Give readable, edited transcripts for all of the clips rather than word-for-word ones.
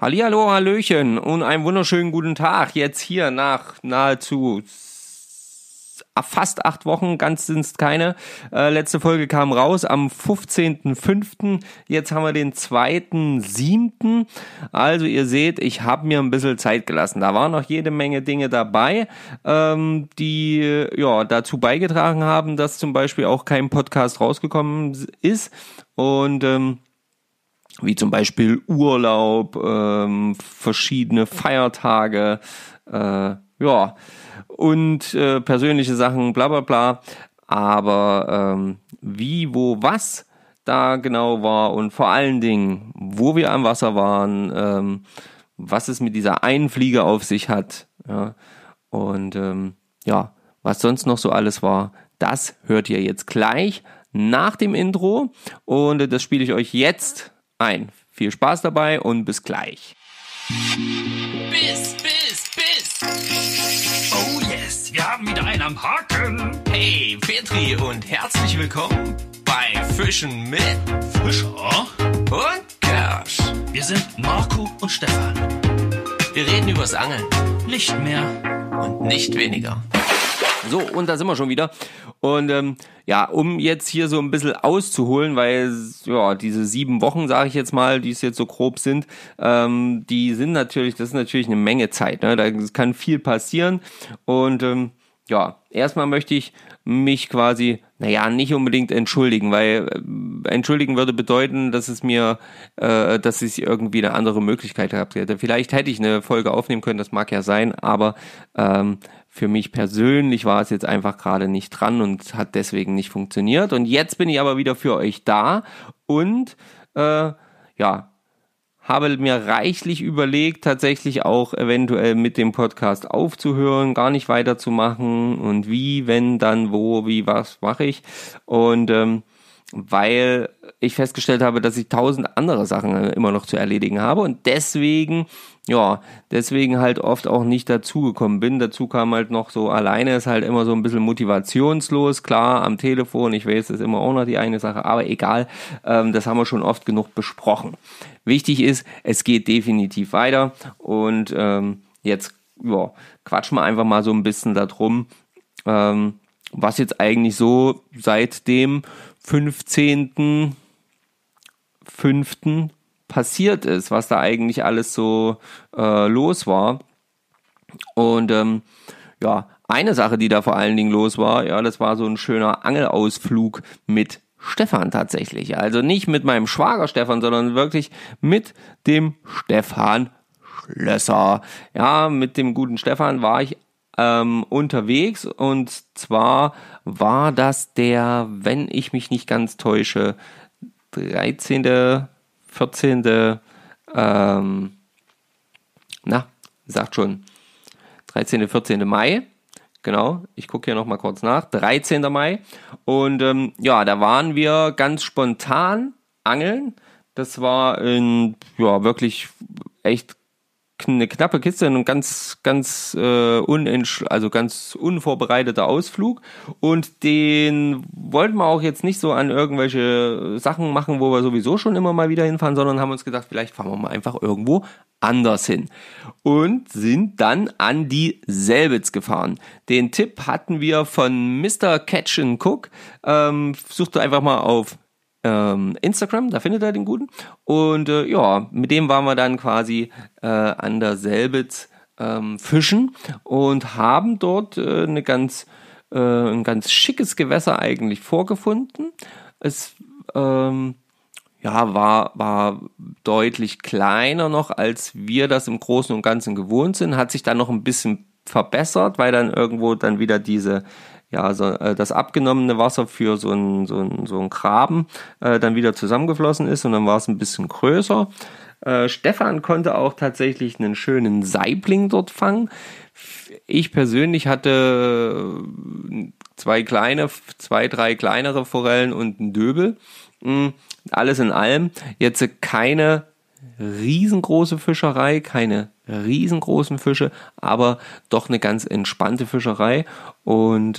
Hallihallo, Hallöchen und einen wunderschönen guten Tag. Jetzt hier nach nahezu fast 8 Wochen, ganz sind es keine. Letzte Folge kam raus am 15.05. Jetzt haben wir den 2.07. Also ihr seht, ich habe mir ein bisschen Zeit gelassen. Da waren noch jede Menge Dinge dabei, die dazu beigetragen haben, dass zum Beispiel auch kein Podcast rausgekommen ist. Und wie zum Beispiel Urlaub, verschiedene Feiertage, und persönliche Sachen, bla bla bla. Aber wie, wo, was da genau war und vor allen Dingen, wo wir am Wasser waren, was es mit dieser einen Fliege auf sich hat, ja, und was sonst noch so alles war, das hört ihr jetzt gleich nach dem Intro und das spiele ich euch jetzt ein. Viel Spaß dabei und bis gleich. Biss. Oh yes, wir haben wieder einen am Haken. Hey, Petri und herzlich willkommen bei Fischen mit Fischer und Kersch. Wir sind Marco und Stefan. Wir reden übers Angeln. Nicht mehr und nicht weniger. So, und da sind wir schon wieder. Und um jetzt hier so ein bisschen auszuholen, weil diese 7 Wochen, sage ich jetzt mal, die es jetzt so grob sind, das ist natürlich eine Menge Zeit. Ne? Da kann viel passieren. Und erstmal möchte ich mich quasi, nicht unbedingt entschuldigen, weil entschuldigen würde bedeuten, dass ich irgendwie eine andere Möglichkeit gehabt hätte. Vielleicht hätte ich eine Folge aufnehmen können, das mag ja sein, aber für mich persönlich war es jetzt einfach gerade nicht dran und hat deswegen nicht funktioniert. Und jetzt bin ich aber wieder für euch da und habe mir reichlich überlegt, tatsächlich auch eventuell mit dem Podcast aufzuhören, gar nicht weiterzumachen und wie, wenn, dann, wo, wie, was mache ich. Und weil ich festgestellt habe, dass ich 1000 andere Sachen immer noch zu erledigen habe und deswegen halt oft auch nicht dazugekommen bin. Dazu kam halt noch so, alleine ist halt immer so ein bisschen motivationslos, klar, am Telefon, ich weiß, das ist immer auch noch die eine Sache, aber egal, das haben wir schon oft genug besprochen. Wichtig ist, es geht definitiv weiter und jetzt quatschen wir einfach mal so ein bisschen darum, was jetzt eigentlich so seit dem 15.05. passiert ist, was da eigentlich alles so los war. Und eine Sache, die da vor allen Dingen los war, das war so ein schöner Angelausflug mit Stefan tatsächlich. Also nicht mit meinem Schwager Stefan, sondern wirklich mit dem Stefan Schlösser. Ja, mit dem guten Stefan war ich unterwegs und zwar war das der, wenn ich mich nicht ganz täusche, 13., 14., 14. Mai, genau, ich gucke hier nochmal kurz nach, 13. Mai und da waren wir ganz spontan angeln, das war wirklich echt eine knappe Kiste, ein ganz unvorbereiteter Ausflug und den wollten wir auch jetzt nicht so an irgendwelche Sachen machen, wo wir sowieso schon immer mal wieder hinfahren, sondern haben uns gedacht, vielleicht fahren wir mal einfach irgendwo anders hin und sind dann an die Selbitz gefahren. Den Tipp hatten wir von Mr. Catch and Cook, sucht einfach mal auf Instagram, da findet ihr den guten. Und mit dem waren wir dann quasi an der Selbitz fischen und haben dort ein ganz schickes Gewässer eigentlich vorgefunden. Es war deutlich kleiner noch, als wir das im Großen und Ganzen gewohnt sind, hat sich dann noch ein bisschen verbessert, weil dann irgendwo dann wieder das abgenommene Wasser für so ein Graben dann wieder zusammengeflossen ist und dann war es ein bisschen größer. Stefan konnte auch tatsächlich einen schönen Saibling dort fangen. Ich persönlich hatte 2, 3 kleinere Forellen und einen Döbel. Alles in allem jetzt keine riesengroße Fischerei, keine riesengroßen Fische, aber doch eine ganz entspannte Fischerei. Und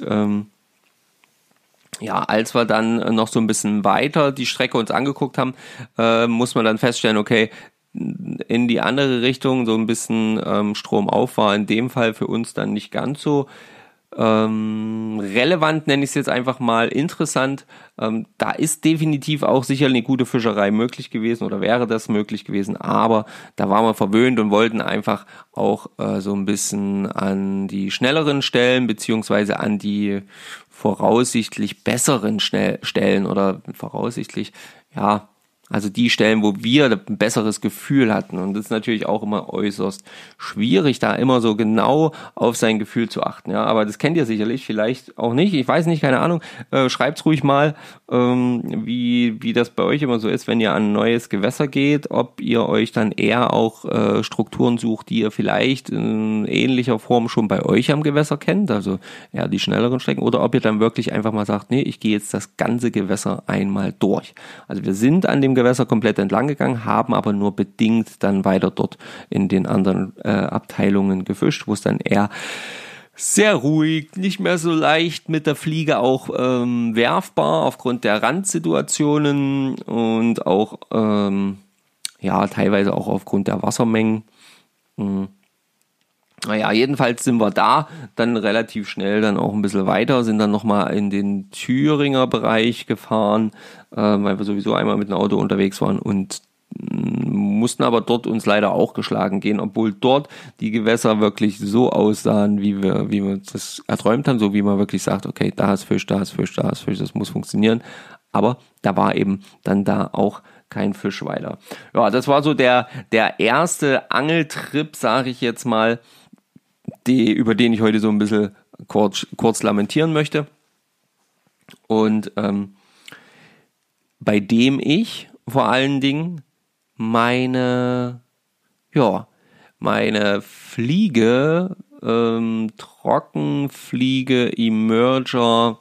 als wir dann noch so ein bisschen weiter die Strecke uns angeguckt haben, muss man dann feststellen, okay, in die andere Richtung, so ein bisschen Stromauf war in dem Fall für uns dann nicht ganz so relevant, nenne ich es jetzt einfach mal, interessant. Da ist definitiv auch sicherlich eine gute Fischerei möglich gewesen oder wäre das möglich gewesen, aber da waren wir verwöhnt und wollten einfach auch so ein bisschen an die schnelleren Stellen beziehungsweise an die voraussichtlich besseren Stellen oder voraussichtlich, ja, also die Stellen, wo wir ein besseres Gefühl hatten. Und das ist natürlich auch immer äußerst schwierig, da immer so genau auf sein Gefühl zu achten. Ja, aber das kennt ihr sicherlich, vielleicht auch nicht. Ich weiß nicht, keine Ahnung. Schreibt's ruhig mal, wie das bei euch immer so ist, wenn ihr an ein neues Gewässer geht, ob ihr euch dann eher auch Strukturen sucht, die ihr vielleicht in ähnlicher Form schon bei euch am Gewässer kennt, also eher die schnelleren Strecken, oder ob ihr dann wirklich einfach mal sagt, nee, ich gehe jetzt das ganze Gewässer einmal durch. Also wir sind an dem Gewässer komplett entlang gegangen, haben aber nur bedingt dann weiter dort in den anderen Abteilungen gefischt, wo es dann eher sehr ruhig, nicht mehr so leicht mit der Fliege auch werfbar aufgrund der Randsituationen und auch ja teilweise auch aufgrund der Wassermengen. Naja, jedenfalls sind wir da dann relativ schnell dann auch ein bisschen weiter, sind dann nochmal in den Thüringer Bereich gefahren, weil wir sowieso einmal mit dem Auto unterwegs waren und mussten aber dort uns leider auch geschlagen gehen, obwohl dort die Gewässer wirklich so aussahen, wie wir das erträumt haben, so wie man wirklich sagt, okay, da ist Fisch, da ist Fisch, da ist Fisch, das muss funktionieren. Aber da war eben dann da auch kein Fisch weiter. Ja, das war so der erste Angeltrip, sage ich jetzt mal, über den ich heute so ein bisschen kurz lamentieren möchte. Und bei dem ich vor allen Dingen meine Fliege, Trockenfliege, Emerger,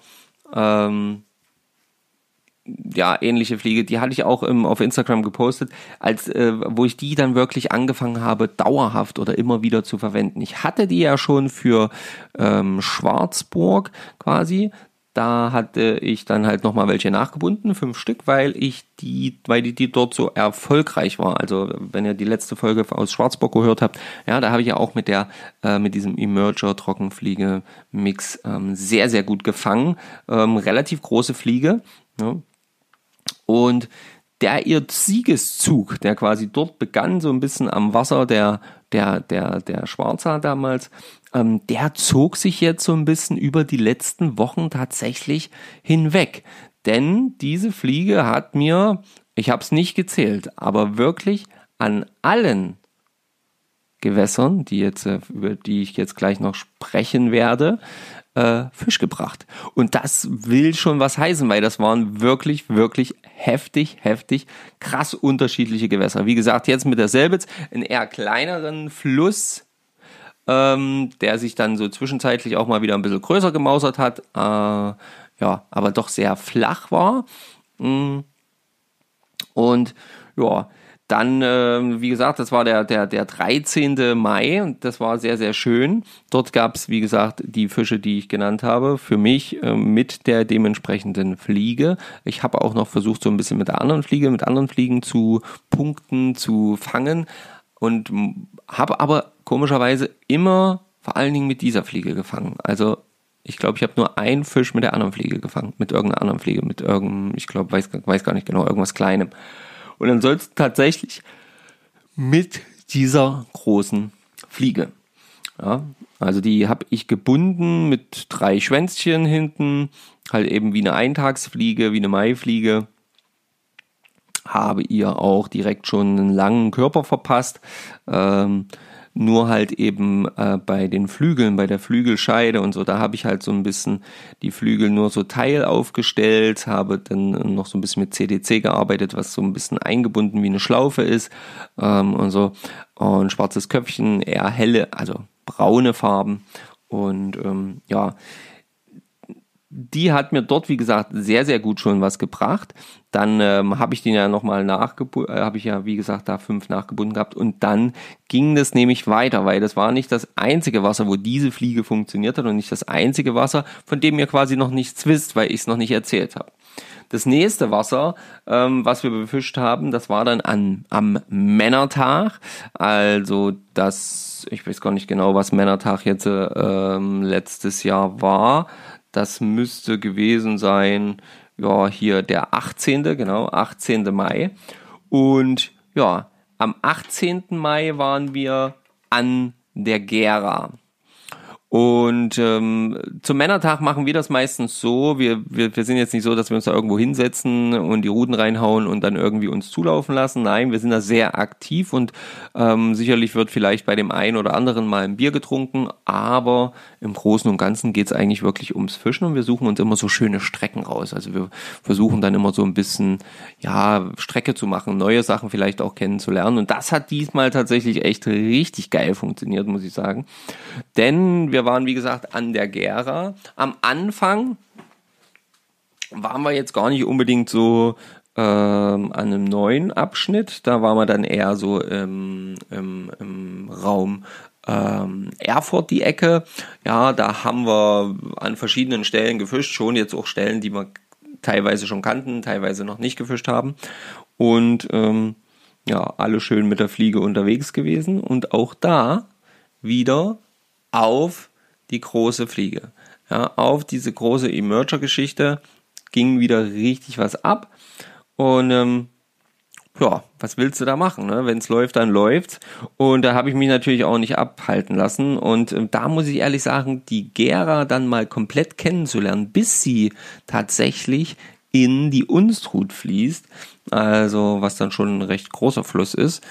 ähnliche Fliege, die hatte ich auch auf Instagram gepostet, wo ich die dann wirklich angefangen habe, dauerhaft oder immer wieder zu verwenden. Ich hatte die ja schon für Schwarzburg quasi. Da hatte ich dann halt nochmal welche nachgebunden, 5 Stück, weil die dort so erfolgreich war. Also wenn ihr die letzte Folge aus Schwarzburg gehört habt, ja, da habe ich ja auch mit diesem Emerger Trockenfliege Mix sehr, sehr gut gefangen. Relativ große Fliege. Ja. Und ihr Siegeszug, der quasi dort begann, so ein bisschen am Wasser der Schwarzer damals, der zog sich jetzt so ein bisschen über die letzten Wochen tatsächlich hinweg. Denn diese Fliege hat mir, ich habe es nicht gezählt, aber wirklich an allen Gewässern, über die ich jetzt gleich noch sprechen werde, Fisch gebracht. Und das will schon was heißen, weil das waren wirklich, wirklich heftig, krass unterschiedliche Gewässer. Wie gesagt, jetzt mit der Selbitz, einen eher kleineren Fluss, der sich dann so zwischenzeitlich auch mal wieder ein bisschen größer gemausert hat, aber doch sehr flach war. Und ja, dann, wie gesagt, das war der 13. Mai und das war sehr, sehr schön. Dort gab es, wie gesagt, die Fische, die ich genannt habe, für mich mit der dementsprechenden Fliege. Ich habe auch noch versucht, so ein bisschen mit anderen Fliegen zu punkten, zu fangen und habe aber komischerweise immer vor allen Dingen mit dieser Fliege gefangen. Also ich glaube, ich habe nur einen Fisch mit der anderen Fliege gefangen, mit irgendeiner anderen Fliege, ich glaube, weiß gar nicht genau, irgendwas Kleinem. Und ansonsten tatsächlich mit dieser großen Fliege. Ja, also die habe ich gebunden mit 3 Schwänzchen hinten, halt eben wie eine Eintagsfliege, wie eine Maifliege. Habe ihr auch direkt schon einen langen Körper verpasst. Nur halt eben bei den Flügeln, bei der Flügelscheide und so, da habe ich halt so ein bisschen die Flügel nur so Teil aufgestellt, habe dann noch so ein bisschen mit CDC gearbeitet, was so ein bisschen eingebunden wie eine Schlaufe ist und so. Und schwarzes Köpfchen, eher helle, also braune Farben und die hat mir dort, wie gesagt, sehr, sehr gut schon was gebracht. Dann habe ich den ja nochmal habe ich ja, wie gesagt, da 5 nachgebunden gehabt. Und dann ging das nämlich weiter, weil das war nicht das einzige Wasser, wo diese Fliege funktioniert hat und nicht das einzige Wasser, von dem ihr quasi noch nichts wisst, weil ich es noch nicht erzählt habe. Das nächste Wasser, was wir befischt haben, das war dann am Männertag. Also ich weiß gar nicht genau, was Männertag jetzt letztes Jahr war. Das müsste gewesen sein, ja, hier der 18., genau, 18. Mai. Und ja, am 18. Mai waren wir an der Gera. Und zum Männertag machen wir das meistens so, wir sind jetzt nicht so, dass wir uns da irgendwo hinsetzen und die Ruten reinhauen und dann irgendwie uns zulaufen lassen. Nein, wir sind da sehr aktiv und sicherlich wird vielleicht bei dem einen oder anderen mal ein Bier getrunken, aber im Großen und Ganzen geht's eigentlich wirklich ums Fischen und wir suchen uns immer so schöne Strecken raus. Also wir versuchen dann immer so ein bisschen, ja, Strecke zu machen, neue Sachen vielleicht auch kennenzulernen und das hat diesmal tatsächlich echt richtig geil funktioniert, muss ich sagen. Denn wir waren, wie gesagt, an der Gera. Am Anfang waren wir jetzt gar nicht unbedingt so an einem neuen Abschnitt. Da waren wir dann eher so im Raum Erfurt die Ecke. Ja, da haben wir an verschiedenen Stellen gefischt. Schon jetzt auch Stellen, die wir teilweise schon kannten, teilweise noch nicht gefischt haben. Und ja, alle schön mit der Fliege unterwegs gewesen. Und auch da wieder auf die große Fliege. Ja, auf diese große Emerger-Geschichte ging wieder richtig was ab. Und ja, was willst du da machen? Ne? Wenn es läuft, dann läuft's. Und da habe ich mich natürlich auch nicht abhalten lassen. Und da muss ich ehrlich sagen, die Gera dann mal komplett kennenzulernen, bis sie tatsächlich in die Unstrut fließt, also was dann schon ein recht großer Fluss ist,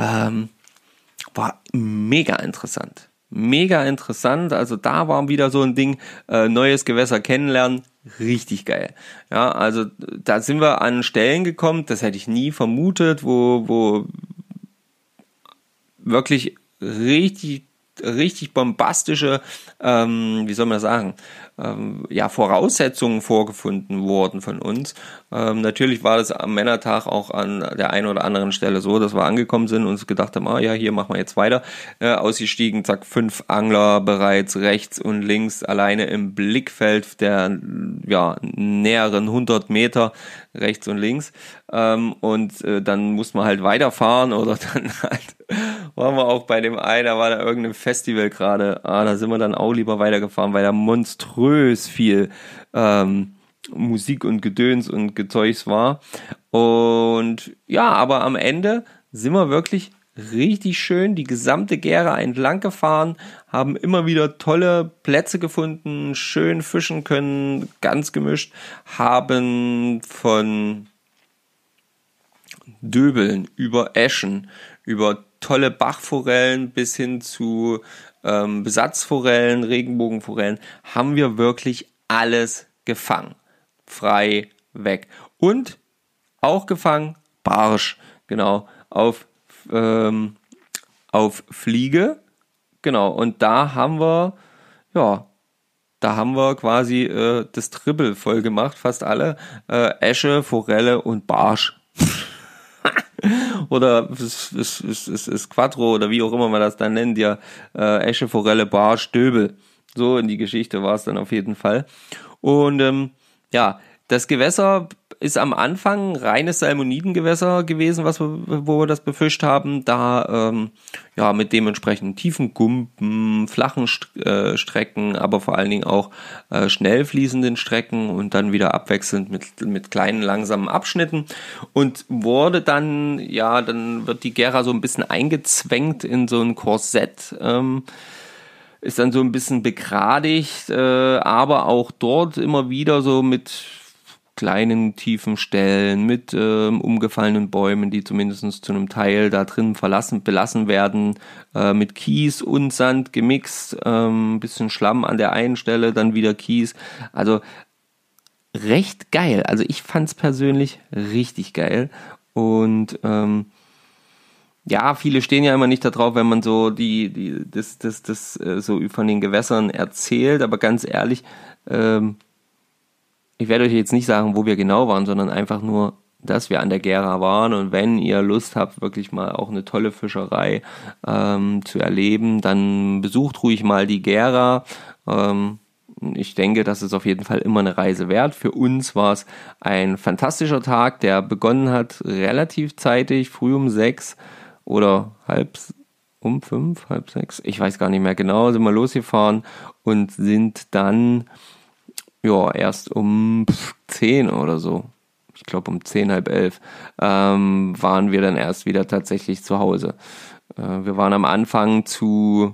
war mega interessant. Mega interessant, also da war wieder so ein Ding, neues Gewässer kennenlernen, richtig geil. Ja, also da sind wir an Stellen gekommen, das hätte ich nie vermutet, wo wirklich richtig bombastische, wie soll man das sagen, ja, Voraussetzungen vorgefunden wurden von uns. Natürlich war das am Männertag auch an der einen oder anderen Stelle so, dass wir angekommen sind und uns gedacht haben, ja, hier machen wir jetzt weiter. Ausgestiegen, zack, 5 Angler bereits rechts und links, alleine im Blickfeld der ja, näheren 100 Meter rechts und links. Und dann mussten wir halt weiterfahren oder dann halt waren wir auch bei dem einen, da war da irgendein Festival gerade, da sind wir dann auch lieber weitergefahren, weil da monströs viel Musik und Gedöns und Gezeugs war. Und ja, aber am Ende sind wir wirklich richtig schön die gesamte Gera entlang gefahren, haben immer wieder tolle Plätze gefunden, schön fischen können, ganz gemischt, haben von Döbeln über Äschen, über tolle Bachforellen bis hin zu Besatzforellen, Regenbogenforellen, haben wir wirklich alles gefangen. Frei weg. Und auch gefangen, Barsch, genau, auf Fliege, genau, und da haben wir quasi das Triple voll gemacht, fast alle, Äsche, Forelle und Barsch. Oder ist Quattro oder wie auch immer man das dann nennt, ja, Äsche, Forelle, Barsch, Döbel. So in die Geschichte war es dann auf jeden Fall. Und ja, das Gewässer ist am Anfang reines Salmonidengewässer gewesen, wo wir das befischt haben. Da ja mit dementsprechend tiefen Gumpen, flachen Strecken, aber vor allen Dingen auch schnell fließenden Strecken und dann wieder abwechselnd mit kleinen, langsamen Abschnitten. Und wurde dann, ja, dann wird die Gera so ein bisschen eingezwängt in so ein Korsett, ist dann so ein bisschen begradigt, aber auch dort immer wieder so mit kleinen, tiefen Stellen, mit umgefallenen Bäumen, die zumindest zu einem Teil da drin belassen werden, mit Kies und Sand gemixt, bisschen Schlamm an der einen Stelle, dann wieder Kies. Also recht geil. Also ich fand's persönlich richtig geil. Und ja, viele stehen ja immer nicht darauf, wenn man so das so von den Gewässern erzählt, aber ganz ehrlich, ich werde euch jetzt nicht sagen, wo wir genau waren, sondern einfach nur, dass wir an der Gera waren. Und wenn ihr Lust habt, wirklich mal auch eine tolle Fischerei zu erleben, dann besucht ruhig mal die Gera. Ich denke, das ist auf jeden Fall immer eine Reise wert. Für uns war es ein fantastischer Tag, der begonnen hat relativ zeitig, früh um 6 oder halb 6, ich weiß gar nicht mehr genau, sind wir losgefahren und sind dann erst um 10 oder so, ich glaube um 10, halb 11, waren wir dann erst wieder tatsächlich zu Hause. Wir waren am Anfang zu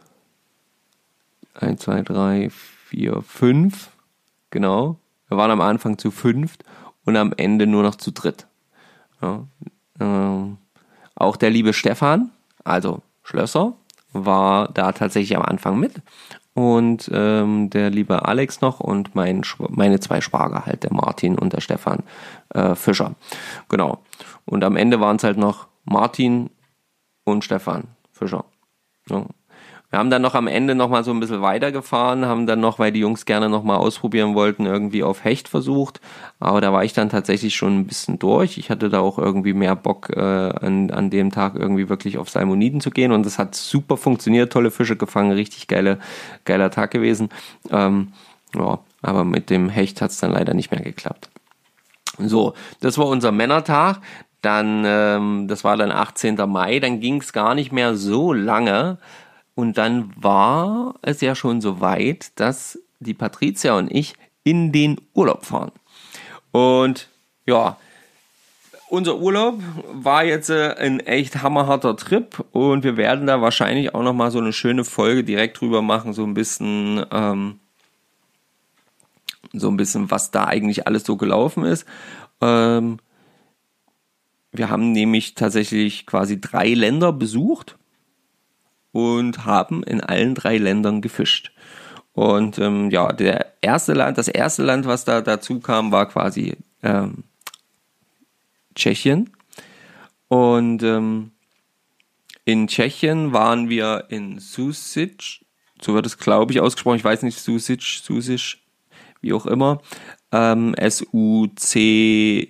1, 2, 3, 4, 5, genau. Wir waren am Anfang zu 5 und am Ende nur noch zu 3. Ja, auch der liebe Stefan, also Schlösser, war da tatsächlich am Anfang mit. Und der liebe Alex noch und meine 2 Schwager halt, der Martin und der Stefan Fischer. Genau. Und am Ende waren es halt noch Martin und Stefan Fischer. Ja. Wir haben dann noch am Ende noch mal so ein bisschen weitergefahren, haben dann noch, weil die Jungs gerne noch mal ausprobieren wollten, irgendwie auf Hecht versucht. Aber da war ich dann tatsächlich schon ein bisschen durch. Ich hatte da auch irgendwie mehr Bock, an dem Tag irgendwie wirklich auf Salmoniden zu gehen. Und das hat super funktioniert, tolle Fische gefangen, richtig geiler Tag gewesen. Aber mit dem Hecht hat es dann leider nicht mehr geklappt. So, das war unser Männertag. Dann, das war dann 18. Mai, dann ging es gar nicht mehr so lange. Und dann war es ja schon so weit, dass die Patricia und ich in den Urlaub fahren. Und ja, unser Urlaub war jetzt ein echt hammerharter Trip und wir werden da wahrscheinlich auch nochmal so eine schöne Folge direkt drüber machen, so ein bisschen, was da eigentlich alles so gelaufen ist. Wir haben nämlich tatsächlich quasi 3 Länder besucht und haben in allen 3 Ländern gefischt. Und das erste Land, was da dazu kam, war quasi Tschechien. Und in Tschechien waren wir in Sušice, so wird es, glaube ich, ausgesprochen, ich weiß nicht, Sušice, wie auch immer, S-U-C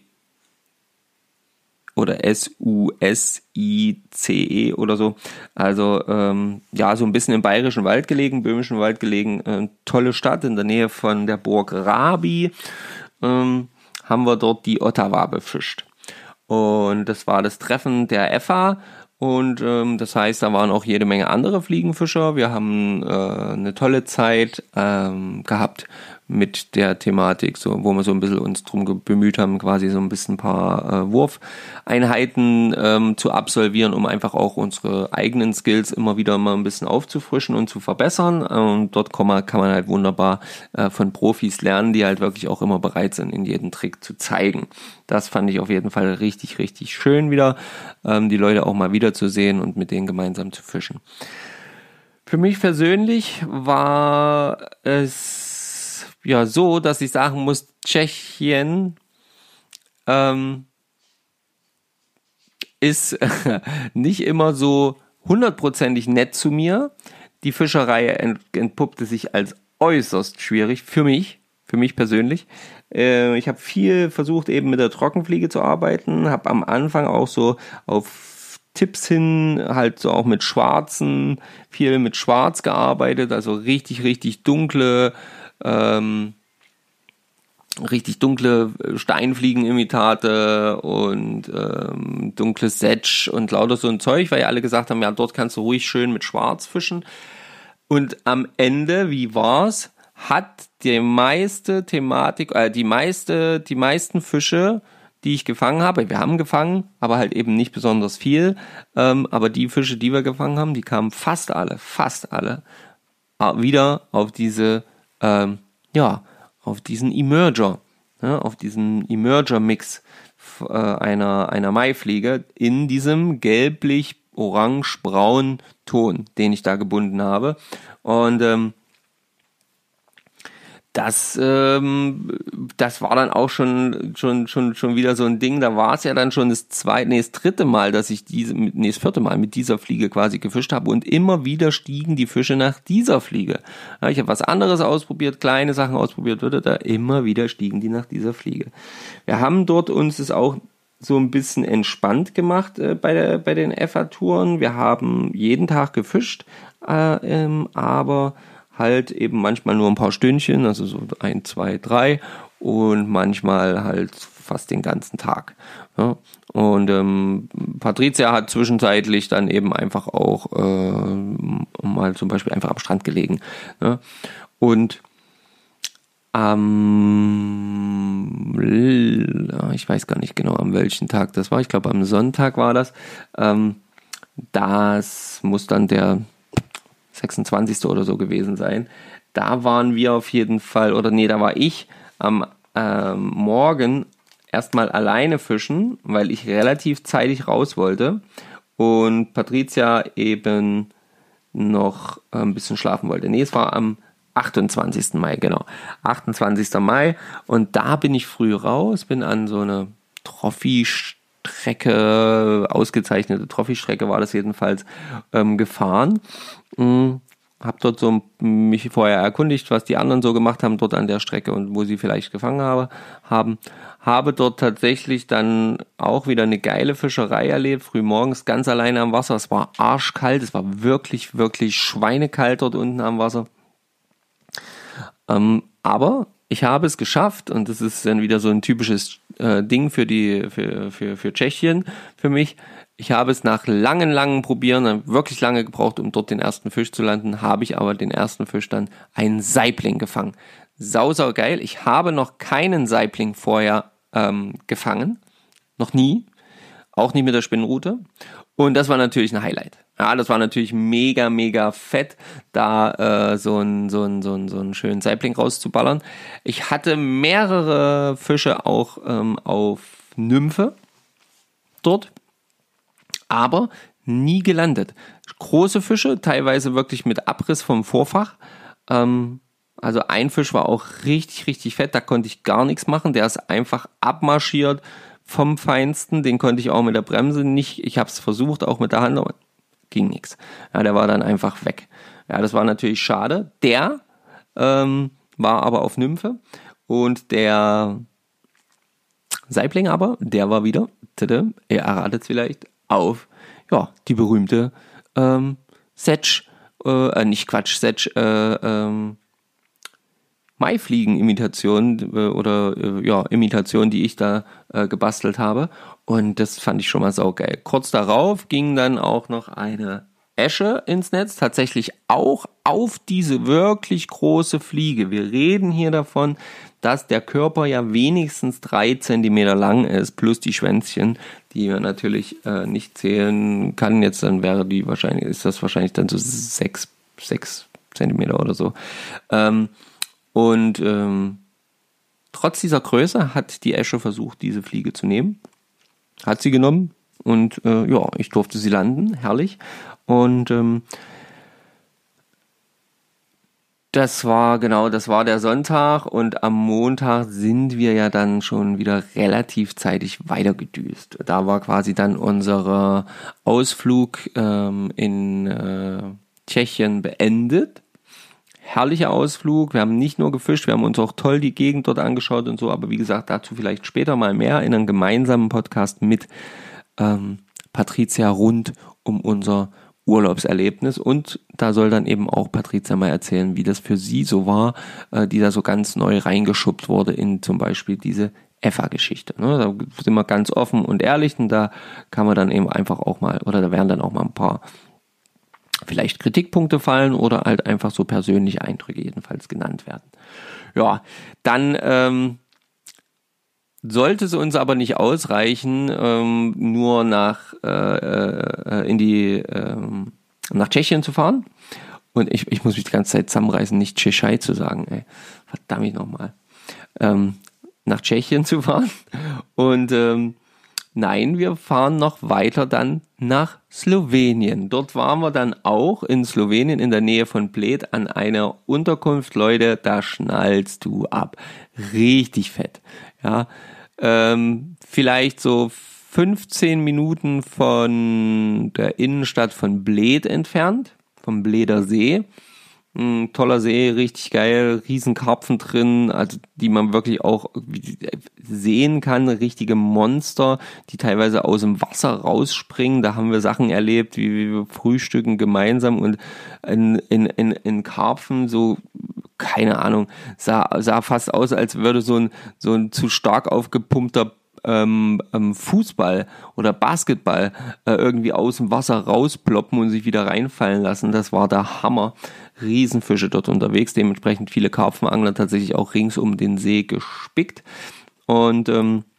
oder S-U-S-I-C-E oder so. Also so ein bisschen im Bayerischen Wald gelegen, Böhmischen Wald gelegen. Tolle Stadt in der Nähe von der Burg Rabi. Haben wir dort die Ottawa befischt. Und das war das Treffen der FA. Und das heißt, da waren auch jede Menge andere Fliegenfischer. Wir haben eine tolle Zeit gehabt mit der Thematik, so, wo wir so ein bisschen uns drum bemüht haben, quasi so ein bisschen ein paar Wurfeinheiten zu absolvieren, um einfach auch unsere eigenen Skills immer wieder mal ein bisschen aufzufrischen und zu verbessern. Und dort kann man halt wunderbar von Profis lernen, die halt wirklich auch immer bereit sind, in jedem Trick zu zeigen. Das fand ich auf jeden Fall richtig, richtig schön wieder, die Leute auch mal wiederzusehen und mit denen gemeinsam zu fischen. Für mich persönlich war es so, dass ich sagen muss, Tschechien ist nicht immer so 100%ig nett zu mir. Die Fischerei entpuppte sich als äußerst schwierig für mich persönlich. Ich habe viel versucht, eben mit der Trockenfliege zu arbeiten, habe am Anfang auch so auf Tipps hin, halt so auch mit viel mit Schwarz gearbeitet, also richtig, richtig dunkle Steinfliegenimitate und dunkles Setsch und lauter so ein Zeug, weil ja alle gesagt haben, ja, dort kannst du ruhig schön mit Schwarz fischen. Und am Ende, wie war's? Hat die meiste Thematik, die meisten Fische, die ich gefangen habe, wir haben gefangen, aber halt eben nicht besonders viel, aber die Fische, die wir gefangen haben, die kamen fast alle wieder auf diese auf diesen Emerger, auf diesen Emerger-Mix einer Maifliege in diesem gelblich-orange-braunen Ton, den ich da gebunden habe. Und das war dann auch schon wieder so ein Ding. Da war es ja dann schon das dritte Mal, dass ich das vierte Mal mit dieser Fliege quasi gefischt habe und immer wieder stiegen die Fische nach dieser Fliege. Ja, ich habe was anderes ausprobiert, kleine Sachen ausprobiert, immer wieder stiegen die nach dieser Fliege. Wir haben dort uns das auch so ein bisschen entspannt gemacht bei den EFA-Touren. Wir haben jeden Tag gefischt, aber halt eben manchmal nur ein paar Stündchen, also so 1, 2, 3 und manchmal halt fast den ganzen Tag. Ja. Und Patricia hat zwischenzeitlich dann eben einfach auch mal zum Beispiel einfach am Strand gelegen. Ja. Und ich weiß gar nicht genau, an welchem Tag das war. Ich glaube, am Sonntag war das. Das muss dann der 26. oder so gewesen sein. Da waren wir auf jeden Fall, da war ich am Morgen erstmal alleine fischen, weil ich relativ zeitig raus wollte und Patricia eben noch ein bisschen schlafen wollte. Es war am 28. Mai, genau. 28. Mai. Und da bin ich früh raus, bin an so eine Trophy-Strecke, ausgezeichnete Trophy-Strecke war das jedenfalls, gefahren. Habe dort so mich vorher erkundigt, was die anderen so gemacht haben dort an der Strecke und wo sie vielleicht gefangen haben. Habe dort tatsächlich dann auch wieder eine geile Fischerei erlebt, früh morgens ganz alleine am Wasser. Es war arschkalt, es war wirklich, wirklich schweinekalt dort unten am Wasser. Aber ich habe es geschafft und das ist dann wieder so ein typisches Ding für Tschechien für mich. Ich habe es nach langen Probieren, wirklich lange gebraucht, um dort den ersten Fisch zu landen, habe ich aber den ersten Fisch dann einen Saibling gefangen. Sau geil. Ich habe noch keinen Saibling vorher gefangen. Noch nie. Auch nicht mit der Spinnrute. Und das war natürlich ein Highlight. Ja, das war natürlich mega fett, da so einen schönen Saibling rauszuballern. Ich hatte mehrere Fische auch auf Nymphe dort, aber nie gelandet. Große Fische, teilweise wirklich mit Abriss vom Vorfach. Also ein Fisch war auch richtig fett, da konnte ich gar nichts machen. Der ist einfach abmarschiert vom Feinsten. Den konnte ich auch mit der Bremse nicht. Ich habe es versucht, auch mit der Hand, aber ging nichts. Ja, der war dann einfach weg. Ja, das war natürlich schade. Der war aber auf Nymphe und der Saibling aber, der war wieder, ihr erratet es vielleicht, auf die berühmte Setsch, Maifliegen-Imitation Imitation, die ich da gebastelt habe. Und das fand ich schon mal saugeil. Kurz darauf ging dann auch noch eine Äsche ins Netz, tatsächlich auch auf diese wirklich große Fliege. Wir reden hier davon, dass der Körper ja wenigstens 3 Zentimeter lang ist, plus die Schwänzchen, die man natürlich nicht zählen kann. Jetzt dann ist das wahrscheinlich dann so 6 Zentimeter oder so. Trotz dieser Größe hat die Äsche versucht, diese Fliege zu nehmen. Hat sie genommen und ich durfte sie landen, herrlich. Und das war der Sonntag und am Montag sind wir ja dann schon wieder relativ zeitig weitergedüst. Da war quasi dann unser Ausflug in Tschechien beendet. Herrlicher Ausflug, wir haben nicht nur gefischt, wir haben uns auch toll die Gegend dort angeschaut und so, aber wie gesagt, dazu vielleicht später mal mehr in einem gemeinsamen Podcast mit Patricia rund um unser Urlaubserlebnis und da soll dann eben auch Patricia mal erzählen, wie das für sie so war, die da so ganz neu reingeschubbt wurde in zum Beispiel diese EFA-Geschichte. Ne? Da sind wir ganz offen und ehrlich und da kann man dann eben einfach auch mal, oder da werden dann auch mal ein paar vielleicht Kritikpunkte fallen oder halt einfach so persönliche Eindrücke jedenfalls genannt werden. Ja, dann sollte es uns aber nicht ausreichen, nur nach Tschechien zu fahren. Und ich muss mich die ganze Zeit zusammenreißen, nicht Tschechei zu sagen. Ey. Verdammt nochmal. Nach Tschechien zu fahren. Und Nein, wir fahren noch weiter dann nach Slowenien. Dort waren wir dann auch in Slowenien in der Nähe von Bled an einer Unterkunft. Leute, da schnallst du ab. Richtig fett. Ja, vielleicht so 15 Minuten von der Innenstadt von Bled entfernt, vom Bleder See. Ein toller See, richtig geil, riesen Karpfen drin, also die man wirklich auch sehen kann, richtige Monster, die teilweise aus dem Wasser rausspringen. Da haben wir Sachen erlebt, wie wir frühstücken gemeinsam und in Karpfen so, keine Ahnung, sah fast aus, als würde so ein zu stark aufgepumpter Fußball oder Basketball irgendwie aus dem Wasser rausploppen und sich wieder reinfallen lassen. Das war der Hammer. Riesenfische dort unterwegs, dementsprechend viele Karpfenangler tatsächlich auch rings um den See gespickt. Und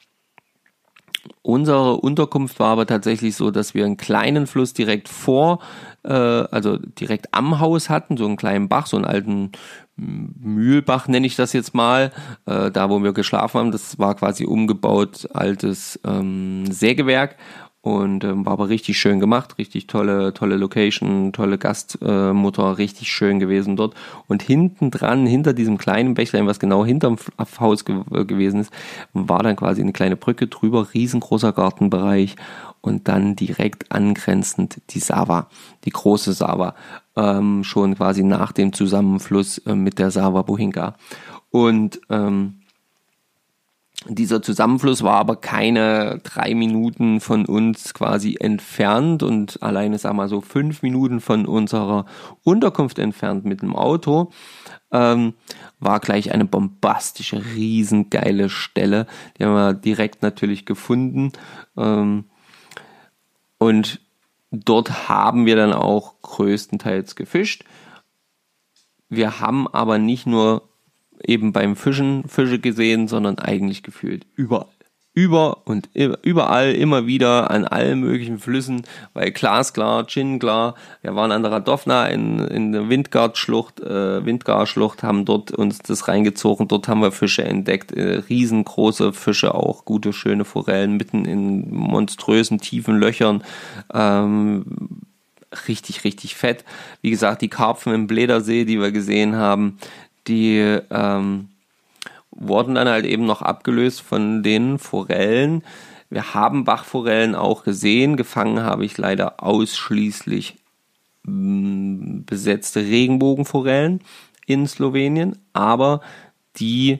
unsere Unterkunft war aber tatsächlich so, dass wir einen kleinen Fluss direkt also direkt am Haus hatten, so einen kleinen Bach, so einen alten Mühlbach nenne ich das jetzt mal, da wo wir geschlafen haben. Das war quasi umgebaut altes Sägewerk und war aber richtig schön gemacht, richtig tolle Location, tolle Gastmutter, richtig schön gewesen dort. Und hinten dran, hinter diesem kleinen Bächlein, was genau hinterm Haus gewesen ist, war dann quasi eine kleine Brücke drüber, riesengroßer Gartenbereich und dann direkt angrenzend die Sava, die große Sava, schon quasi nach dem Zusammenfluss mit der Sava Buhinka. Und dieser Zusammenfluss war aber keine 3 Minuten von uns quasi entfernt und alleine, sagen wir mal so 5 Minuten von unserer Unterkunft entfernt mit dem Auto, war gleich eine bombastische, riesengeile Stelle. Die haben wir direkt natürlich gefunden. Und dort haben wir dann auch größtenteils gefischt. Wir haben aber nicht nur eben beim Fischen Fische gesehen, sondern eigentlich gefühlt überall. Überall, immer wieder an allen möglichen Flüssen, weil glasklar, Dschinnklar, wir waren an der Radovna in der Windgar-Schlucht, haben dort uns das reingezogen, dort haben wir Fische entdeckt, riesengroße Fische auch, gute, schöne Forellen, mitten in monströsen, tiefen Löchern, richtig, richtig fett. Wie gesagt, die Karpfen im Bledersee, die wir gesehen haben, die wurden dann halt eben noch abgelöst von den Forellen. Wir haben Bachforellen auch gesehen. Gefangen habe ich leider ausschließlich besetzte Regenbogenforellen in Slowenien. Aber nicht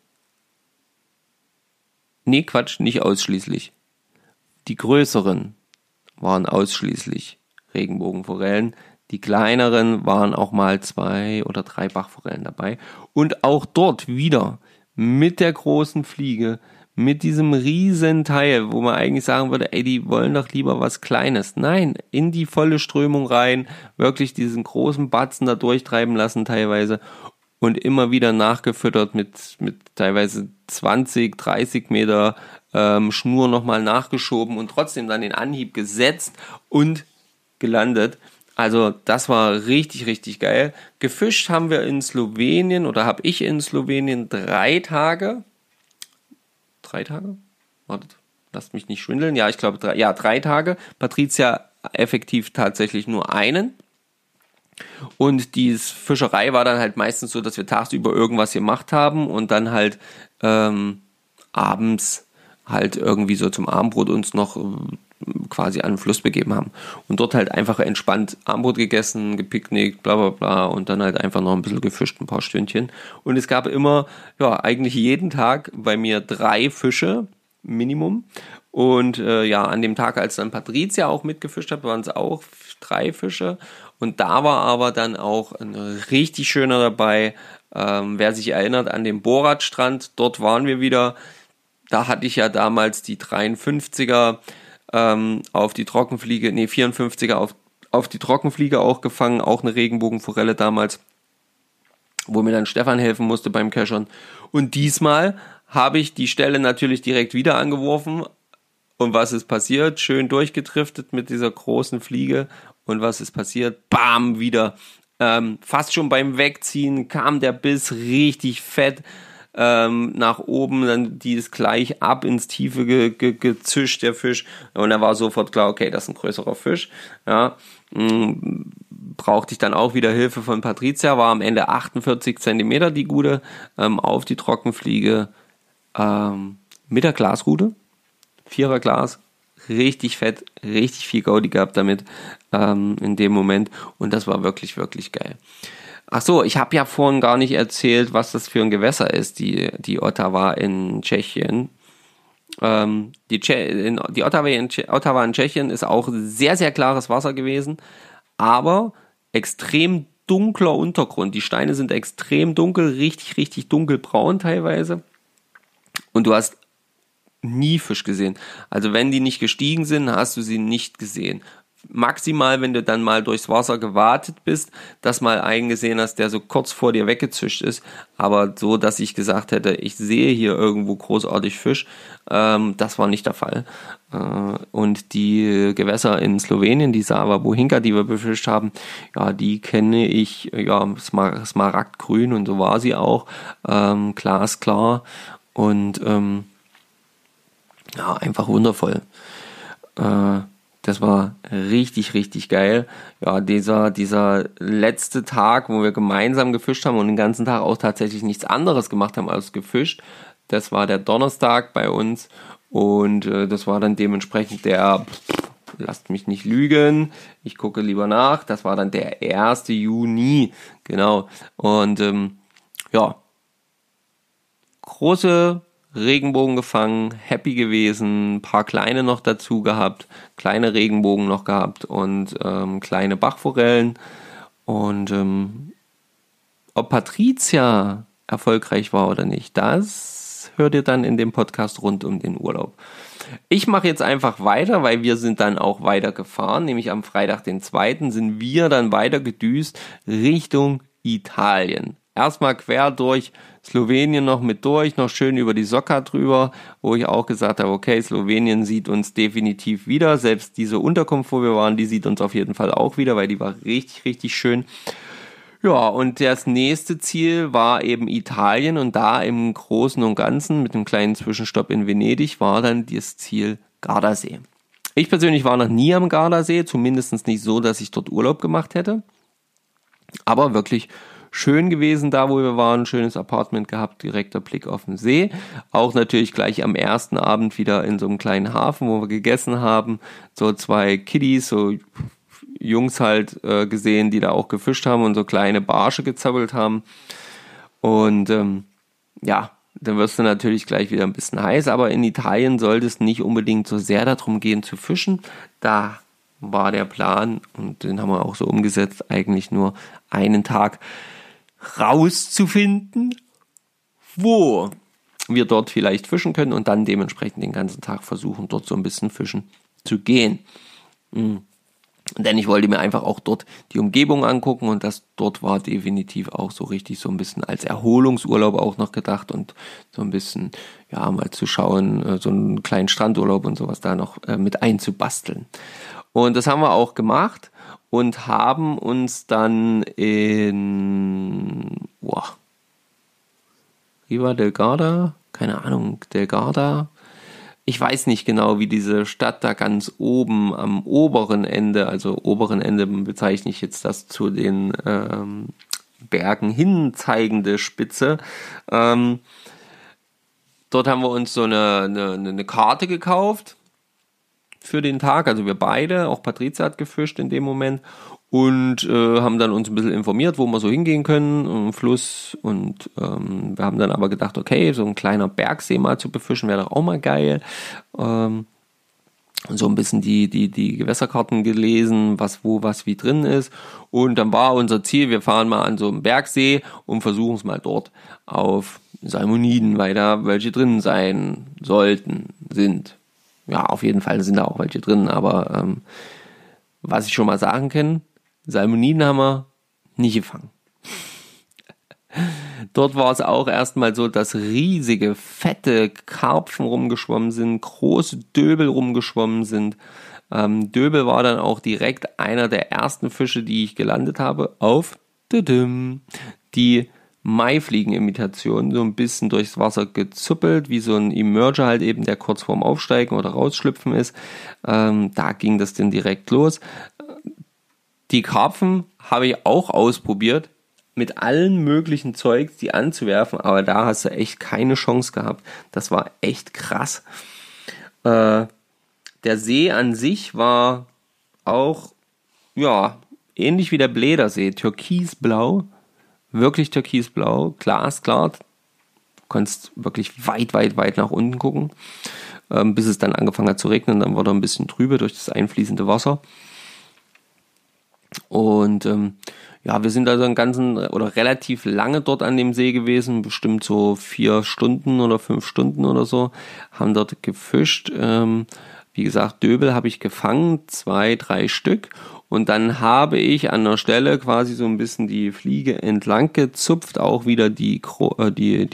ausschließlich. Die größeren waren ausschließlich Regenbogenforellen. Die kleineren waren auch mal 2 oder 3 Bachforellen dabei. Und auch dort wieder mit der großen Fliege, mit diesem riesen Teil, wo man eigentlich sagen würde, ey, die wollen doch lieber was Kleines. Nein, in die volle Strömung rein, wirklich diesen großen Batzen da durchtreiben lassen teilweise und immer wieder nachgefüttert mit teilweise 20, 30 Meter Schnur nochmal nachgeschoben und trotzdem dann den Anhieb gesetzt und gelandet. Also das war richtig, richtig geil. Gefischt haben wir in Slowenien oder habe ich in Slowenien 3 Tage. 3 Tage? Wartet, lasst mich nicht schwindeln. Ja, ich glaube 3 Tage. Patricia effektiv tatsächlich nur einen. Und die Fischerei war dann halt meistens so, dass wir tagsüber irgendwas gemacht haben und dann halt abends halt irgendwie so zum Abendbrot uns noch quasi an den Fluss begeben haben und dort halt einfach entspannt Abendbrot gegessen, gepicknickt, bla bla bla und dann halt einfach noch ein bisschen gefischt, ein paar Stündchen. Und es gab immer, eigentlich jeden Tag bei mir 3 Fische, Minimum. Und an dem Tag, als dann Patricia auch mitgefischt hat, waren es auch 3 Fische. Und da war aber dann auch ein richtig schöner dabei. Wer sich erinnert an den Borat-Strand, dort waren wir wieder. Da hatte ich ja damals die 53er auf die Trockenfliege, 54er auf die Trockenfliege auch gefangen, auch eine Regenbogenforelle damals, wo mir dann Stefan helfen musste beim Keschern. Und diesmal habe ich die Stelle natürlich direkt wieder angeworfen. Und was ist passiert? Schön durchgedriftet mit dieser großen Fliege. Und was ist passiert? Bam, wieder. Fast schon beim Wegziehen kam der Biss richtig fett. nach oben, dann die ist gleich ab ins Tiefe gezischt, der Fisch. Und da war sofort klar, okay, das ist ein größerer Fisch. Ja, brauchte ich dann auch wieder Hilfe von Patricia, war am Ende 48 Zentimeter die Gude, auf die Trockenfliege mit der Glasrute, 4er Glas, richtig fett, richtig viel Gaudi gehabt damit in dem Moment und das war wirklich, wirklich geil. Ach so, ich habe ja vorhin gar nicht erzählt, was das für ein Gewässer ist, die Ottawa in Tschechien. Die Ottawa in Tschechien ist auch sehr, sehr klares Wasser gewesen, aber extrem dunkler Untergrund. Die Steine sind extrem dunkel, richtig, richtig dunkelbraun teilweise. Und du hast nie Fisch gesehen. Also wenn die nicht gestiegen sind, hast du sie nicht gesehen. Maximal, wenn du dann mal durchs Wasser gewartet bist, das mal eingesehen hast, der so kurz vor dir weggezischt ist, aber so, dass ich gesagt hätte, ich sehe hier irgendwo großartig Fisch, das war nicht der Fall. Und die Gewässer in Slowenien, die Sava Bohinka, die wir befischt haben, ja, die kenne ich, ja, smaragdgrün und so war sie auch, glasklar und ja, einfach wundervoll. Das war richtig, richtig geil. Ja, dieser letzte Tag, wo wir gemeinsam gefischt haben und den ganzen Tag auch tatsächlich nichts anderes gemacht haben als gefischt, das war der Donnerstag bei uns und das war dann dementsprechend lasst mich nicht lügen, ich gucke lieber nach, das war dann der 1. Juni, genau. Und ja, große Regenbogen gefangen, happy gewesen, ein paar kleine noch dazu gehabt, kleine Regenbogen noch gehabt und kleine Bachforellen. Und ob Patricia erfolgreich war oder nicht, das hört ihr dann in dem Podcast rund um den Urlaub. Ich mache jetzt einfach weiter, weil wir sind dann auch weiter gefahren, nämlich am Freitag, den 2. sind wir dann weiter gedüst Richtung Italien. Erstmal quer durch Slowenien noch mit durch, noch schön über die Socca drüber, wo ich auch gesagt habe, okay, Slowenien sieht uns definitiv wieder. Selbst diese Unterkunft, wo wir waren, die sieht uns auf jeden Fall auch wieder, weil die war richtig, richtig schön. Ja, und das nächste Ziel war eben Italien und da im Großen und Ganzen mit einem kleinen Zwischenstopp in Venedig war dann das Ziel Gardasee. Ich persönlich war noch nie am Gardasee, zumindest nicht so, dass ich dort Urlaub gemacht hätte, aber wirklich schön gewesen da, wo wir waren, schönes Apartment gehabt, direkter Blick auf den See, auch natürlich gleich am ersten Abend wieder in so einem kleinen Hafen, wo wir gegessen haben, so 2 Kiddies, so Jungs halt gesehen, die da auch gefischt haben und so kleine Barsche gezappelt haben und ja, dann wirst du natürlich gleich wieder ein bisschen heiß, aber in Italien sollte es nicht unbedingt so sehr darum gehen zu fischen, da war der Plan und den haben wir auch so umgesetzt, eigentlich nur einen Tag rauszufinden, wo wir dort vielleicht fischen können und dann dementsprechend den ganzen Tag versuchen, dort so ein bisschen fischen zu gehen. Denn ich wollte mir einfach auch dort die Umgebung angucken und das dort war definitiv auch so richtig so ein bisschen als Erholungsurlaub auch noch gedacht und so ein bisschen, ja, mal zu schauen, so einen kleinen Strandurlaub und sowas da noch mit einzubasteln. Und das haben wir auch gemacht und haben uns dann in Riva del Garda, keine Ahnung, del Garda, ich weiß nicht genau, wie diese Stadt da ganz oben am oberen Ende, also oberen Ende bezeichne ich jetzt das zu den Bergen hin zeigende Spitze. Dort haben wir uns so eine Karte gekauft für den Tag, also wir beide, auch Patricia hat gefischt in dem Moment und haben dann uns ein bisschen informiert, wo wir so hingehen können, im Fluss und wir haben dann aber gedacht, okay, so ein kleiner Bergsee mal zu befischen wäre doch auch mal geil. So ein bisschen die Gewässerkarten gelesen, was wo, was wie drin ist und dann war unser Ziel, wir fahren mal an so einem Bergsee und versuchen es mal dort auf Salmoniden, weil da welche drin sein sind. Ja, auf jeden Fall sind da auch welche drin, aber was ich schon mal sagen kann, Salmoniden haben wir nicht gefangen. Dort war es auch erstmal so, dass riesige, fette Karpfen rumgeschwommen sind, große Döbel rumgeschwommen sind. Döbel war dann auch direkt einer der ersten Fische, die ich gelandet habe, auf die Maifliegenimitation so ein bisschen durchs Wasser gezuppelt, wie so ein Emerger halt eben, der kurz vorm Aufsteigen oder Rausschlüpfen ist. Da ging das dann direkt los. Die Karpfen habe ich auch ausprobiert, mit allen möglichen Zeugs die anzuwerfen, aber da hast du echt keine Chance gehabt. Das war echt krass. Der See an sich war auch, ja, ähnlich wie der Bledersee, türkisblau, wirklich türkisblau, glasklar. Du konntest wirklich weit, weit, weit nach unten gucken, bis es dann angefangen hat zu regnen, dann wurde er ein bisschen trübe durch das einfließende Wasser. Und ja, wir sind also relativ lange dort an dem See gewesen, bestimmt so 4 Stunden oder 5 Stunden oder so, haben dort gefischt. Wie gesagt, Döbel habe ich gefangen, 2, 3 Stück. Und dann habe ich an der Stelle quasi so ein bisschen die Fliege entlang gezupft, auch wieder die große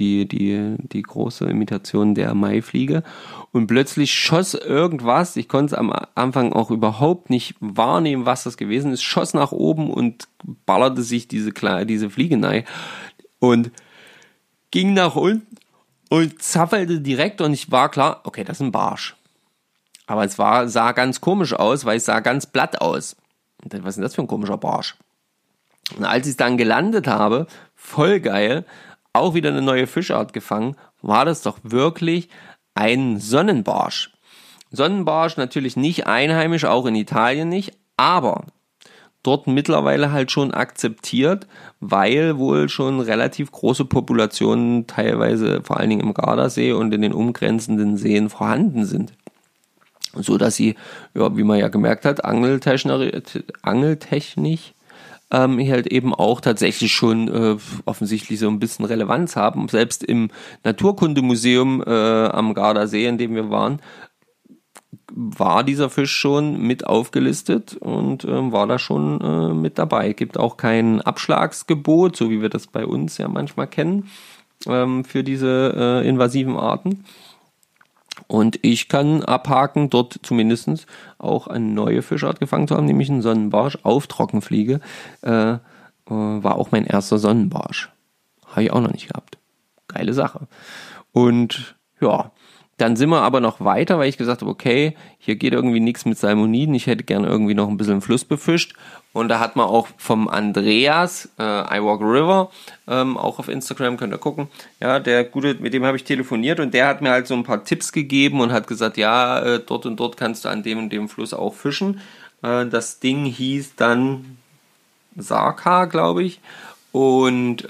Imitation der Maifliege. Und plötzlich schoss irgendwas, ich konnte es am Anfang auch überhaupt nicht wahrnehmen, was das gewesen ist, schoss nach oben und ballerte sich diese Fliege rein und ging nach unten und zappelte direkt und ich war klar, okay, das ist ein Barsch. Aber sah ganz komisch aus, weil es sah ganz platt aus. Und dann, was ist denn das für ein komischer Barsch? Und als ich es dann gelandet habe, voll geil, auch wieder eine neue Fischart gefangen, war das doch wirklich ein Sonnenbarsch. Sonnenbarsch natürlich nicht einheimisch, auch in Italien nicht, aber dort mittlerweile halt schon akzeptiert, weil wohl schon relativ große Populationen teilweise vor allen Dingen im Gardasee und in den umgrenzenden Seen vorhanden sind. So dass sie, ja, wie man ja gemerkt hat, angeltechnisch halt eben auch tatsächlich schon offensichtlich so ein bisschen Relevanz haben. Selbst im Naturkundemuseum am Gardasee, in dem wir waren, war dieser Fisch schon mit aufgelistet und war da schon mit dabei. Gibt auch kein Abschlagsgebot, so wie wir das bei uns ja manchmal kennen, für diese invasiven Arten. Und ich kann abhaken, dort zumindest auch eine neue Fischart gefangen zu haben, nämlich einen Sonnenbarsch auf Trockenfliege. War auch mein erster Sonnenbarsch. Habe ich auch noch nicht gehabt. Geile Sache. Und ja, dann sind wir aber noch weiter, weil ich gesagt habe, okay, hier geht irgendwie nichts mit Salmoniden. Ich hätte gerne irgendwie noch ein bisschen Fluss befischt. Und da hat man auch vom Andreas, I Walk River, auch auf Instagram, könnt ihr gucken. Ja, der Gute, mit dem habe ich telefoniert und der hat mir halt so ein paar Tipps gegeben und hat gesagt, ja, dort und dort kannst du an dem und dem Fluss auch fischen. Das Ding hieß dann Sarka, glaube ich. Und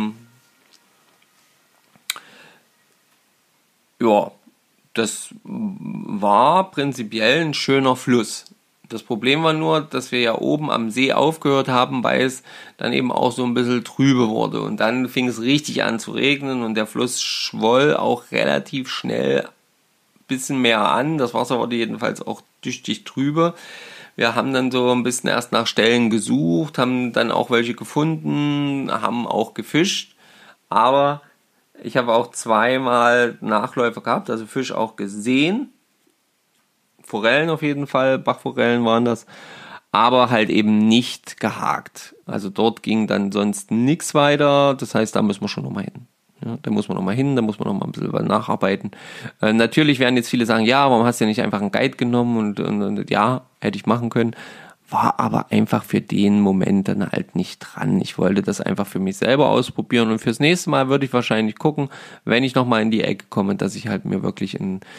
ja, das war prinzipiell ein schöner Fluss. Das Problem war nur, dass wir ja oben am See aufgehört haben, weil es dann eben auch so ein bisschen trübe wurde. Und dann fing es richtig an zu regnen und der Fluss schwoll auch relativ schnell ein bisschen mehr an. Das Wasser wurde jedenfalls auch tüchtig trübe. Wir haben dann so ein bisschen erst nach Stellen gesucht, haben dann auch welche gefunden, haben auch gefischt. Aber ich habe auch 2-mal Nachläufe gehabt, also Fisch auch gesehen. Forellen auf jeden Fall, Bachforellen waren das, aber halt eben nicht gehakt. Also dort ging dann sonst nichts weiter, das heißt, da müssen wir schon nochmal hin. Ja, da muss man nochmal hin, da muss man nochmal ein bisschen nacharbeiten. Natürlich werden jetzt viele sagen, ja, warum hast du ja nicht einfach einen Guide genommen und ja, hätte ich machen können. War aber einfach für den Moment dann halt nicht dran. Ich wollte das einfach für mich selber ausprobieren und fürs nächste Mal würde ich wahrscheinlich gucken, wenn ich nochmal in die Ecke komme, dass ich halt mir wirklich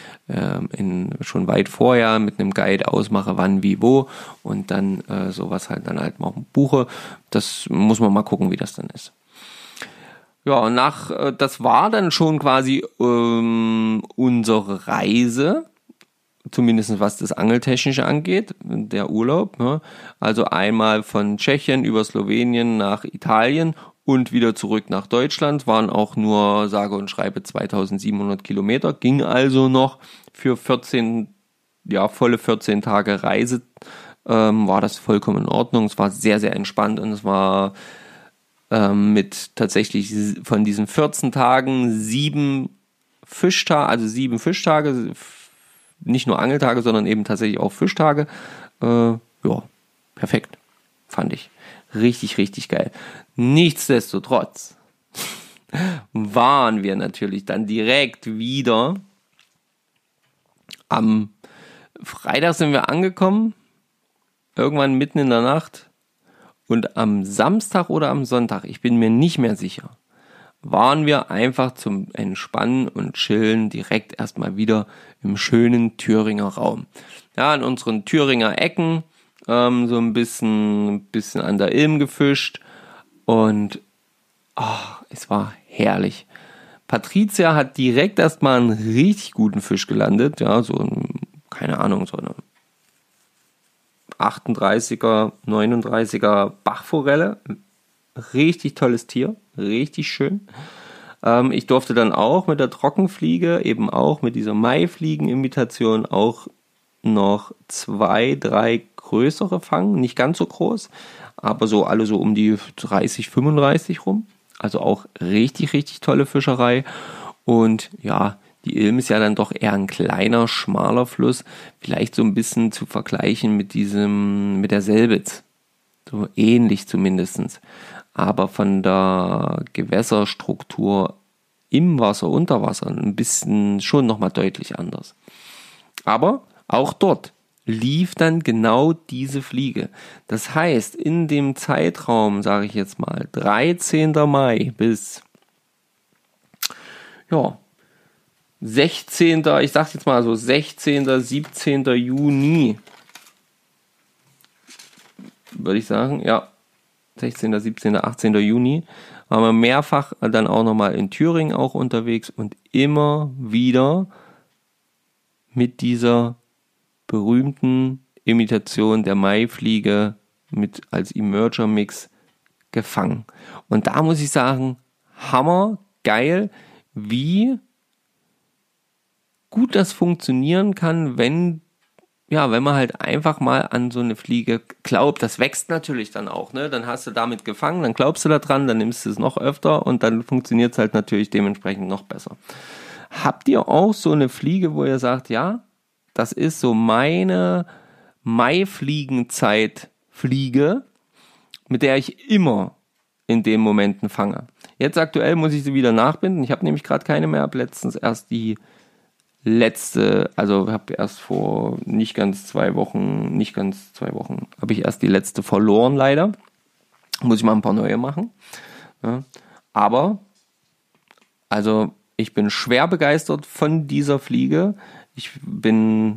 schon weit vorher mit einem Guide ausmache, wann, wie, wo und dann sowas halt dann halt mal buche. Das muss man mal gucken, wie das dann ist. Ja, und das war dann schon quasi unsere Reise. Zumindest was das Angeltechnische angeht, der Urlaub. Ne? Also einmal von Tschechien über Slowenien nach Italien und wieder zurück nach Deutschland. Waren auch nur sage und schreibe 2700 Kilometer. Ging also noch für volle 14 Tage Reise. War das vollkommen in Ordnung. Es war sehr, sehr entspannt und es war mit tatsächlich von diesen 14 Tagen 7 Fischtage, nicht nur Angeltage, sondern eben tatsächlich auch Fischtage. Ja, perfekt, fand ich. Richtig, richtig geil. Nichtsdestotrotz waren wir natürlich dann direkt wieder. Am Freitag sind wir angekommen, irgendwann mitten in der Nacht. Und am Samstag oder am Sonntag, ich bin mir nicht mehr sicher, waren wir einfach zum Entspannen und Chillen direkt erstmal wieder im schönen Thüringer Raum. Ja, in unseren Thüringer Ecken, so ein bisschen an der Ilm gefischt und es war herrlich. Patricia hat direkt erstmal einen richtig guten Fisch gelandet, ja, so eine 38er, 39er Bachforelle. Richtig tolles Tier, richtig schön. Ich durfte dann auch mit der Trockenfliege, eben auch mit dieser Maifliegen-Imitation auch noch 2, 3 größere fangen, nicht ganz so groß, aber so alle so um die 30, 35 rum. Also auch richtig, richtig tolle Fischerei. Und ja, die Ilm ist ja dann doch eher ein kleiner, schmaler Fluss. Vielleicht so ein bisschen zu vergleichen mit der Selbitz. So ähnlich zumindest. Aber von der Gewässerstruktur im Wasser, unter Wasser ein bisschen schon nochmal deutlich anders. Aber auch dort lief dann genau diese Fliege. Das heißt, in dem Zeitraum, sage ich jetzt mal, 13. Mai bis 16. 17. Juni, würde ich sagen, ja, 16., 17., 18. Juni, waren wir mehrfach dann auch nochmal in Thüringen auch unterwegs und immer wieder mit dieser berühmten Imitation der Maifliege mit als Emerger-Mix gefangen. Und da muss ich sagen, hammergeil, wie gut das funktionieren kann, wenn man halt einfach mal an so eine Fliege glaubt. Das wächst natürlich dann auch, ne? Dann hast du damit gefangen, dann glaubst du da dran, dann nimmst du es noch öfter und dann funktioniert es halt natürlich dementsprechend noch besser. Habt ihr auch so eine Fliege, wo ihr sagt, ja, das ist so meine Maifliegenzeit-Fliege, mit der ich immer in den Momenten fange? Jetzt aktuell muss ich sie wieder nachbinden. Ich habe nämlich gerade keine mehr. Habe letztens erst die letzte, also habe erst vor nicht ganz zwei Wochen, habe ich erst die letzte verloren leider. Muss ich mal ein paar neue machen. Ja. Aber, also ich bin schwer begeistert von dieser Fliege. Ich bin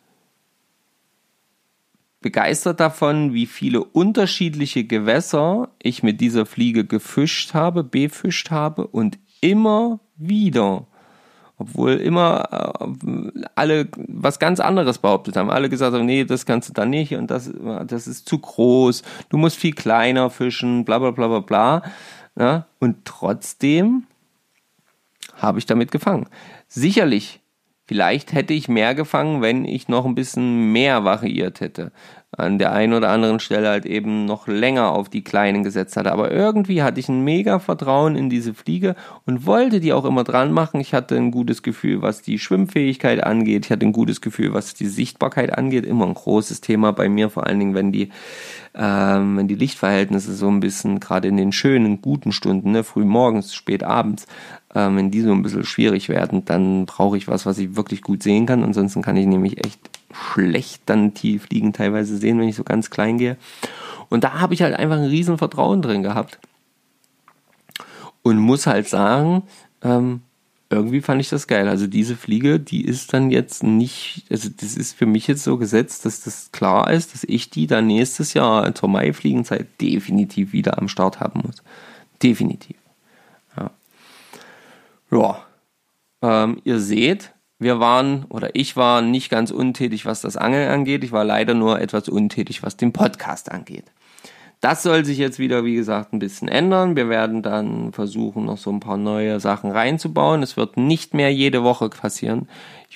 begeistert davon, wie viele unterschiedliche Gewässer ich mit dieser Fliege befischt habe und immer wieder, obwohl immer alle was ganz anderes behauptet haben. Alle gesagt haben, nee, das kannst du da nicht und das ist zu groß, du musst viel kleiner fischen, bla bla bla bla bla. Ja, und trotzdem habe ich damit gefangen. Sicherlich, vielleicht hätte ich mehr gefangen, wenn ich noch ein bisschen mehr variiert hätte. An der einen oder anderen Stelle halt eben noch länger auf die Kleinen gesetzt hatte. Aber irgendwie hatte ich ein mega Vertrauen in diese Fliege und wollte die auch immer dran machen. Ich hatte ein gutes Gefühl, was die Schwimmfähigkeit angeht. Ich hatte ein gutes Gefühl, was die Sichtbarkeit angeht. Immer ein großes Thema bei mir, vor allen Dingen, wenn die Lichtverhältnisse so ein bisschen, gerade in den schönen, guten Stunden, ne, früh morgens, spät abends, wenn die so ein bisschen schwierig werden, dann brauche ich was ich wirklich gut sehen kann. Ansonsten kann ich nämlich echt schlecht dann die Fliegen teilweise sehen, wenn ich so ganz klein gehe. Und da habe ich halt einfach ein riesen Vertrauen drin gehabt. Und muss halt sagen, irgendwie fand ich das geil. Also diese Fliege, die ist dann jetzt nicht, also das ist für mich jetzt so gesetzt, dass das klar ist, dass ich die dann nächstes Jahr zur Maifliegenzeit definitiv wieder am Start haben muss. Definitiv. Ja. Ihr seht, ich war nicht ganz untätig, was das Angeln angeht. Ich war leider nur etwas untätig, was den Podcast angeht. Das soll sich jetzt wieder, wie gesagt, ein bisschen ändern. Wir werden dann versuchen, noch so ein paar neue Sachen reinzubauen. Es wird nicht mehr jede Woche passieren. Ich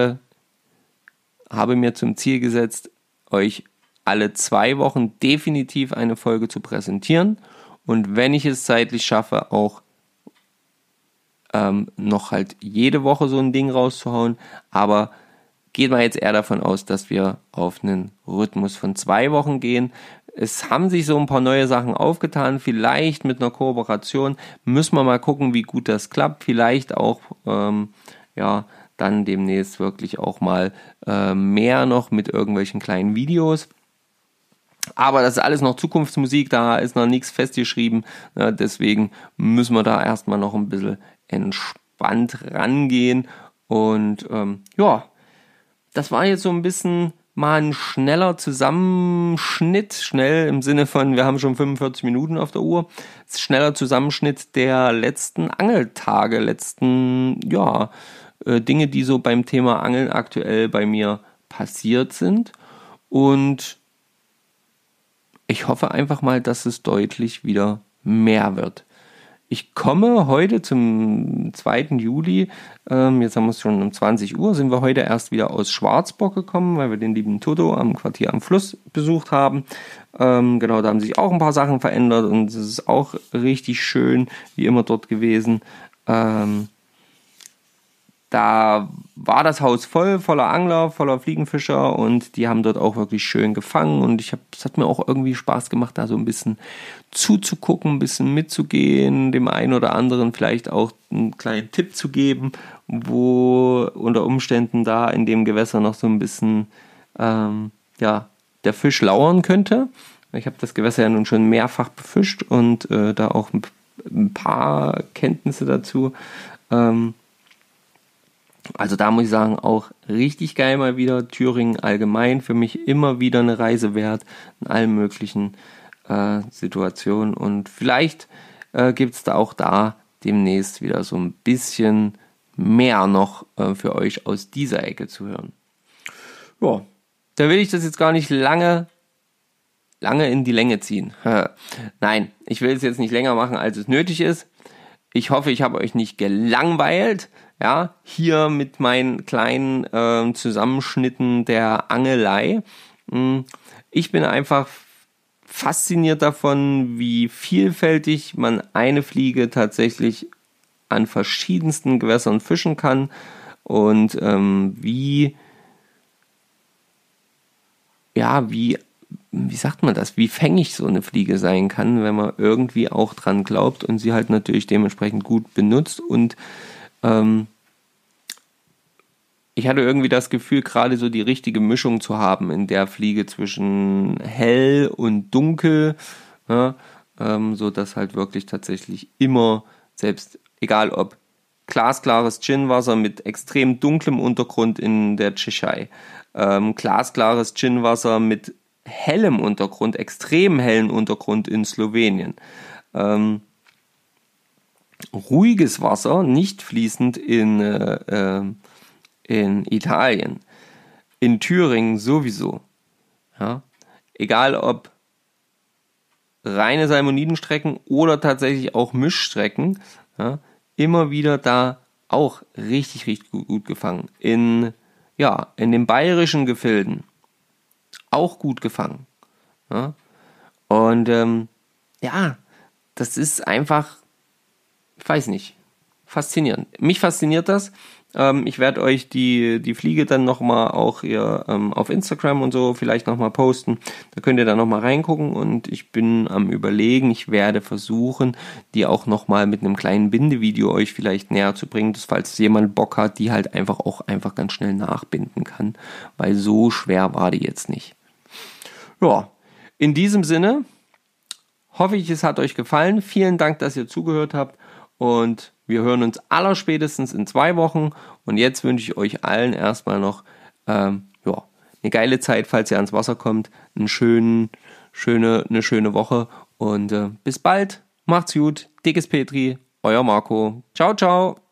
habe mir zum Ziel gesetzt, euch alle 2 Wochen definitiv eine Folge zu präsentieren. Und wenn ich es zeitlich schaffe, auch noch halt jede Woche so ein Ding rauszuhauen, aber geht mal jetzt eher davon aus, dass wir auf einen Rhythmus von 2 Wochen gehen. es haben sich so ein paar neue Sachen aufgetan, vielleicht mit einer Kooperation, müssen wir mal gucken, wie gut das klappt, vielleicht auch, dann demnächst wirklich auch mal mehr noch mit irgendwelchen kleinen Videos. Aber das ist alles noch Zukunftsmusik, da ist noch nichts festgeschrieben, deswegen müssen wir da erstmal noch ein bisschen entspannt rangehen. Und das war jetzt so ein bisschen mal ein schneller Zusammenschnitt, schnell im Sinne von, wir haben schon 45 Minuten auf der Uhr, schneller Zusammenschnitt der letzten Angeltage, Dinge, die so beim Thema Angeln aktuell bei mir passiert sind. Und ich hoffe einfach mal, dass es deutlich wieder mehr wird. Ich komme heute zum 2. Juli, jetzt haben wir es schon um 20 Uhr, sind wir heute erst wieder aus Schwarzbock gekommen, weil wir den lieben Toto am Quartier am Fluss besucht haben. Da haben sich auch ein paar Sachen verändert und es ist auch richtig schön, wie immer dort gewesen. Da war das Haus voller Angler, voller Fliegenfischer und die haben dort auch wirklich schön gefangen und es hat mir auch irgendwie Spaß gemacht, da so ein bisschen zuzugucken, ein bisschen mitzugehen, dem einen oder anderen vielleicht auch einen kleinen Tipp zu geben, wo unter Umständen da in dem Gewässer noch so ein bisschen der Fisch lauern könnte. Ich habe das Gewässer ja nun schon mehrfach befischt und da auch ein paar Kenntnisse dazu. Also da muss ich sagen, auch richtig geil mal wieder. Thüringen allgemein für mich immer wieder eine Reise wert in allen möglichen Situationen. Und vielleicht gibt es da auch demnächst wieder so ein bisschen mehr noch für euch aus dieser Ecke zu hören. Ja, da will ich das jetzt gar nicht lange in die Länge ziehen. Nein, ich will es jetzt nicht länger machen, als es nötig ist. Ich hoffe, ich habe euch nicht gelangweilt. Ja, hier mit meinen kleinen Zusammenschnitten der Angelei. Ich bin einfach fasziniert davon, wie vielfältig man eine Fliege tatsächlich an verschiedensten Gewässern fischen kann und wie sagt man das, wie fängig so eine Fliege sein kann, wenn man irgendwie auch dran glaubt und sie halt natürlich dementsprechend gut benutzt. Und ich hatte irgendwie das Gefühl, gerade so die richtige Mischung zu haben in der Fliege zwischen hell und dunkel, so dass halt wirklich tatsächlich immer, selbst egal ob glasklares Ginwasser mit extrem dunklem Untergrund in der Tschechei, glasklares Ginwasser mit hellem Untergrund, extrem hellen Untergrund in Slowenien, ruhiges Wasser, nicht fließend in Italien, in Thüringen sowieso. Ja? Egal ob reine Salmonidenstrecken oder tatsächlich auch Mischstrecken, immer wieder da auch richtig, richtig gut gefangen. In den bayerischen Gefilden auch gut gefangen. Ja? Und das ist einfach, ich weiß nicht, faszinierend. Mich fasziniert das. Ich werde euch die Fliege dann nochmal auch hier auf Instagram und so vielleicht nochmal posten. Da könnt ihr dann nochmal reingucken und ich bin am Überlegen, ich werde versuchen, die auch nochmal mit einem kleinen Bindevideo euch vielleicht näher zu bringen, dass falls jemand Bock hat, die halt einfach ganz schnell nachbinden kann, weil so schwer war die jetzt nicht. Ja, in diesem Sinne hoffe ich, es hat euch gefallen. Vielen Dank, dass ihr zugehört habt und wir hören uns allerspätestens in 2 Wochen und jetzt wünsche ich euch allen erstmal noch eine geile Zeit, falls ihr ans Wasser kommt, eine schöne Woche und bis bald, macht's gut, dickes Petri, euer Marco, ciao, ciao.